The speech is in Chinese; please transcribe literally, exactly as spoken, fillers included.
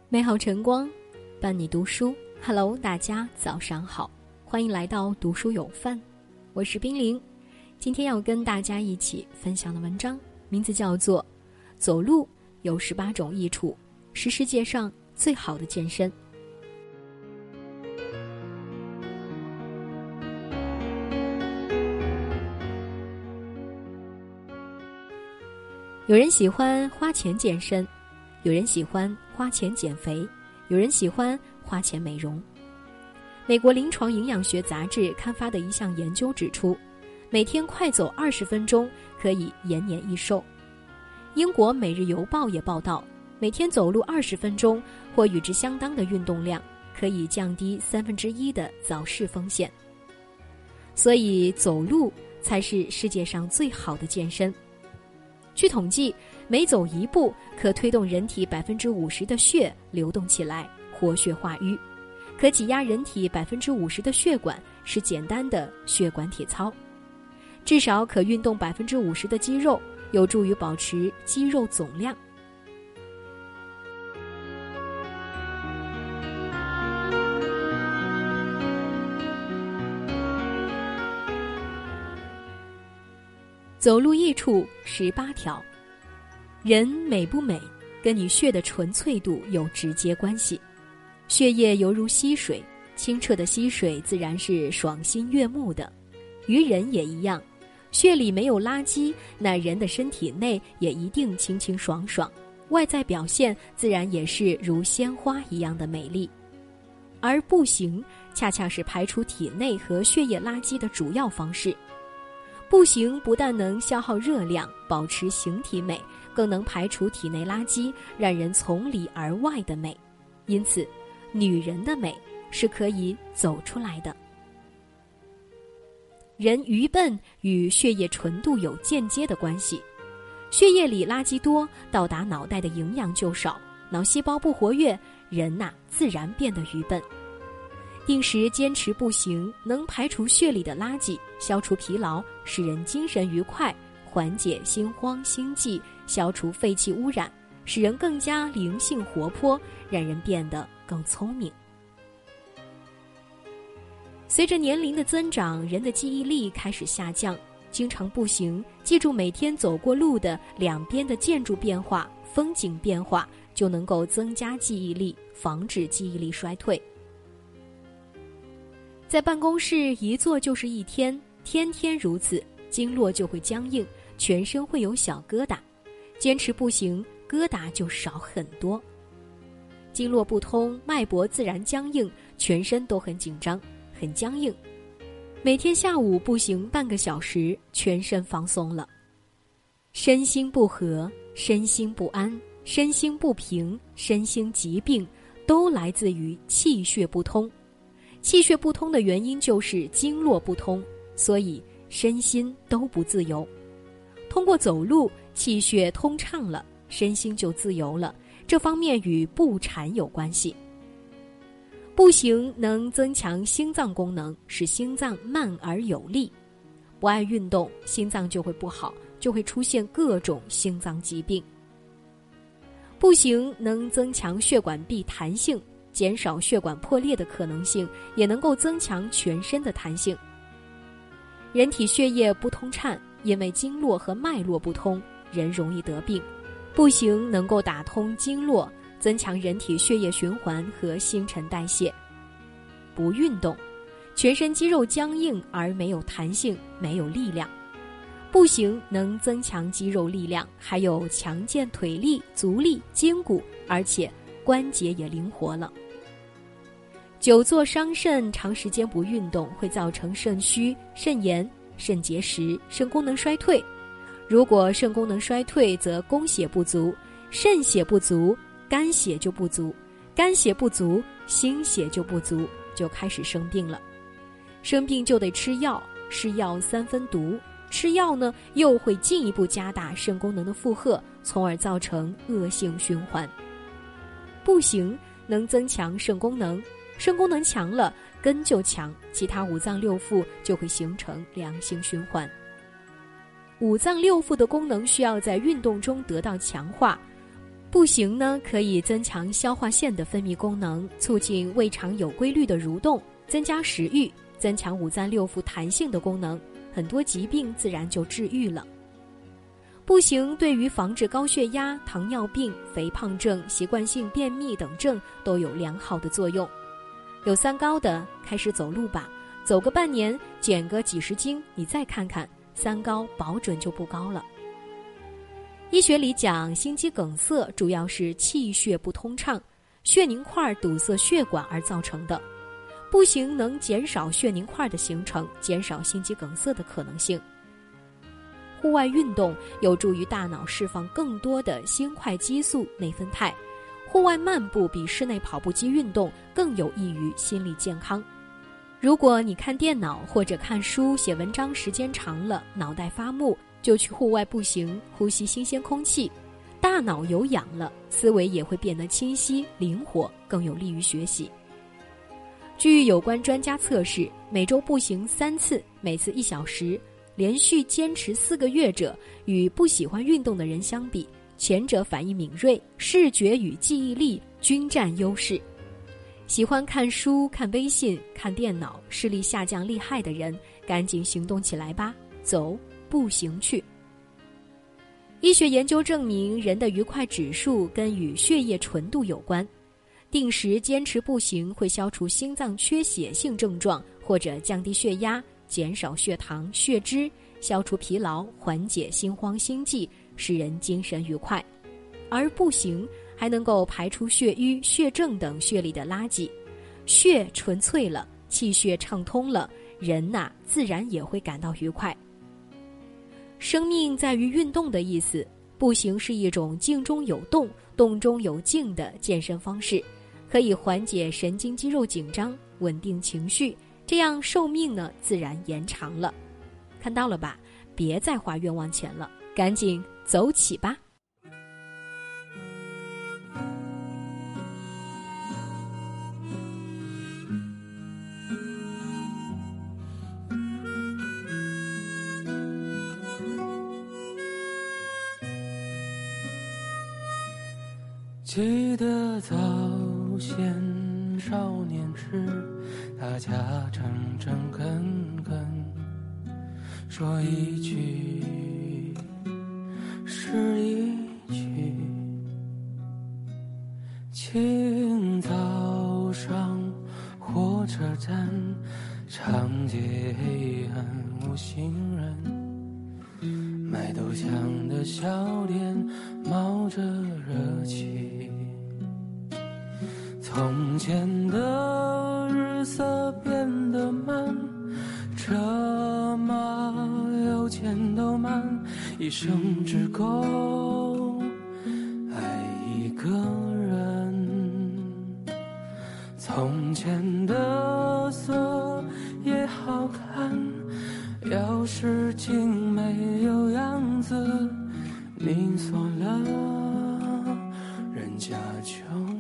美好晨光伴你读书。 Hello， 大家早上好，欢迎来到读书有范，我是冰凌。今天要跟大家一起分享的文章名字叫做走路有十八种益处，是世界上最好的健身。有人喜欢花钱健身，有人喜欢花钱减肥，有人喜欢花钱美容。美国临床营养学杂志刊发的一项研究指出，每天快走二十分钟可以延年益寿。英国每日邮报也报道，每天走路二十分钟或与之相当的运动量可以降低三分之一的早逝风险。所以走路才是世界上最好的健身。据统计，每走一步可推动人体百分之五十的血流动起来，活血化瘀，可挤压人体百分之五十的血管，是简单的血管体操。至少可运动百分之五十的肌肉，有助于保持肌肉总量。走路益处十八条。人美不美，跟你血的纯粹度有直接关系。血液犹如溪水，清澈的溪水自然是爽心悦目的。于人也一样，血里没有垃圾，那人的身体内也一定清清爽爽，外在表现自然也是如鲜花一样的美丽。而步行恰恰是排除体内和血液垃圾的主要方式。步行不但能消耗热量，保持形体美，更能排除体内垃圾，让人从里而外的美。因此，女人的美是可以走出来的。人愚笨与血液纯度有间接的关系。血液里垃圾多，到达脑袋的营养就少，脑细胞不活跃，人呐、啊、自然变得愚笨。定时坚持步行，能排除血里的垃圾，消除疲劳，使人精神愉快，缓解心慌心悸，消除废气污染，使人更加灵性活泼，让人变得更聪明。随着年龄的增长，人的记忆力开始下降，经常步行，记住每天走过路的两边的建筑变化、风景变化，就能够增加记忆力，防止记忆力衰退。在办公室一坐就是一天，天天如此，经络就会僵硬，全身会有小疙瘩。坚持步行，疙瘩就少很多。经络不通，脉搏自然僵硬，全身都很紧张，很僵硬。每天下午步行半个小时，全身放松了。身心不和，身心不安，身心不平，身心疾病，都来自于气血不通。气血不通的原因就是经络不通，所以身心都不自由。通过走路，气血通畅了，身心就自由了，这方面与步禅有关系。步行能增强心脏功能，使心脏慢而有力。不爱运动，心脏就会不好，就会出现各种心脏疾病。步行能增强血管壁弹性，减少血管破裂的可能性，也能够增强全身的弹性。人体血液不通畅，因为经络和脉络不通，人容易得病。步行能够打通经络，增强人体血液循环和新陈代谢。不运动，全身肌肉僵硬而没有弹性，没有力量。步行能增强肌肉力量，还有强健腿力、足力、筋骨，而且关节也灵活了。久坐伤肾，长时间不运动会造成肾虚、肾炎、肾结石、肾功能衰退。如果肾功能衰退，则供血不足，肾血不足，肝血就不足，肝血不足，心血就不足，就开始生病了。生病就得吃药，吃药三分毒，吃药呢又会进一步加大肾功能的负荷，从而造成恶性循环。步行能增强肾功能，肾功能强了，根就强，其他五脏六腑就会形成良性循环。五脏六腑的功能需要在运动中得到强化， 步行呢，可以增强消化腺的分泌功能，促进胃肠有规律的蠕动，增加食欲，增强五脏六腑弹性的功能，很多疾病自然就治愈了。步行对于防治高血压、糖尿病、肥胖症、习惯性便秘等症都有良好的作用。有三高的开始走路吧，走个半年，减个几十斤，你再看看，三高保准就不高了。医学里讲，心肌梗塞主要是气血不通畅，血凝块堵塞血管而造成的。步行能减少血凝块的形成，减少心肌梗塞的可能性。户外运动有助于大脑释放更多的心快激素、内啡肽。户外漫步比室内跑步机运动更有益于心理健康。如果你看电脑或者看书、写文章时间长了，脑袋发木，就去户外步行，呼吸新鲜空气，大脑有氧了，思维也会变得清晰、灵活，更有利于学习。据有关专家测试，每周步行三次，每次一小时，连续坚持四个月者，与不喜欢运动的人相比，前者反应敏锐，视觉与记忆力均占优势。喜欢看书、看微信、看电脑，视力下降厉害的人，赶紧行动起来吧，走，步行去。医学研究证明，人的愉快指数跟与血液纯度有关。定时坚持步行会消除心脏缺血性症状，或者降低血压，减少血糖、血脂，消除疲劳，缓解心慌心悸，使人精神愉快。而步行还能够排出血瘀、血症等血里的垃圾，血纯粹了，气血畅通了，人呐、啊、自然也会感到愉快。生命在于运动的意思，步行是一种静中有动、动中有静的健身方式，可以缓解神经肌肉紧张，稳定情绪，这样寿命呢自然延长了。看到了吧，别再花冤枉钱了，赶紧走起吧。 记得早先少年时，大家诚诚恳恳，说一句是一句。清早上火车站，长街黑暗无行人，卖豆浆的小店冒着热气。从前的日色变得慢，车马邮件都慢，一生只够爱一个人。从前的色也好看，要是竟没有样子，你锁了，人家就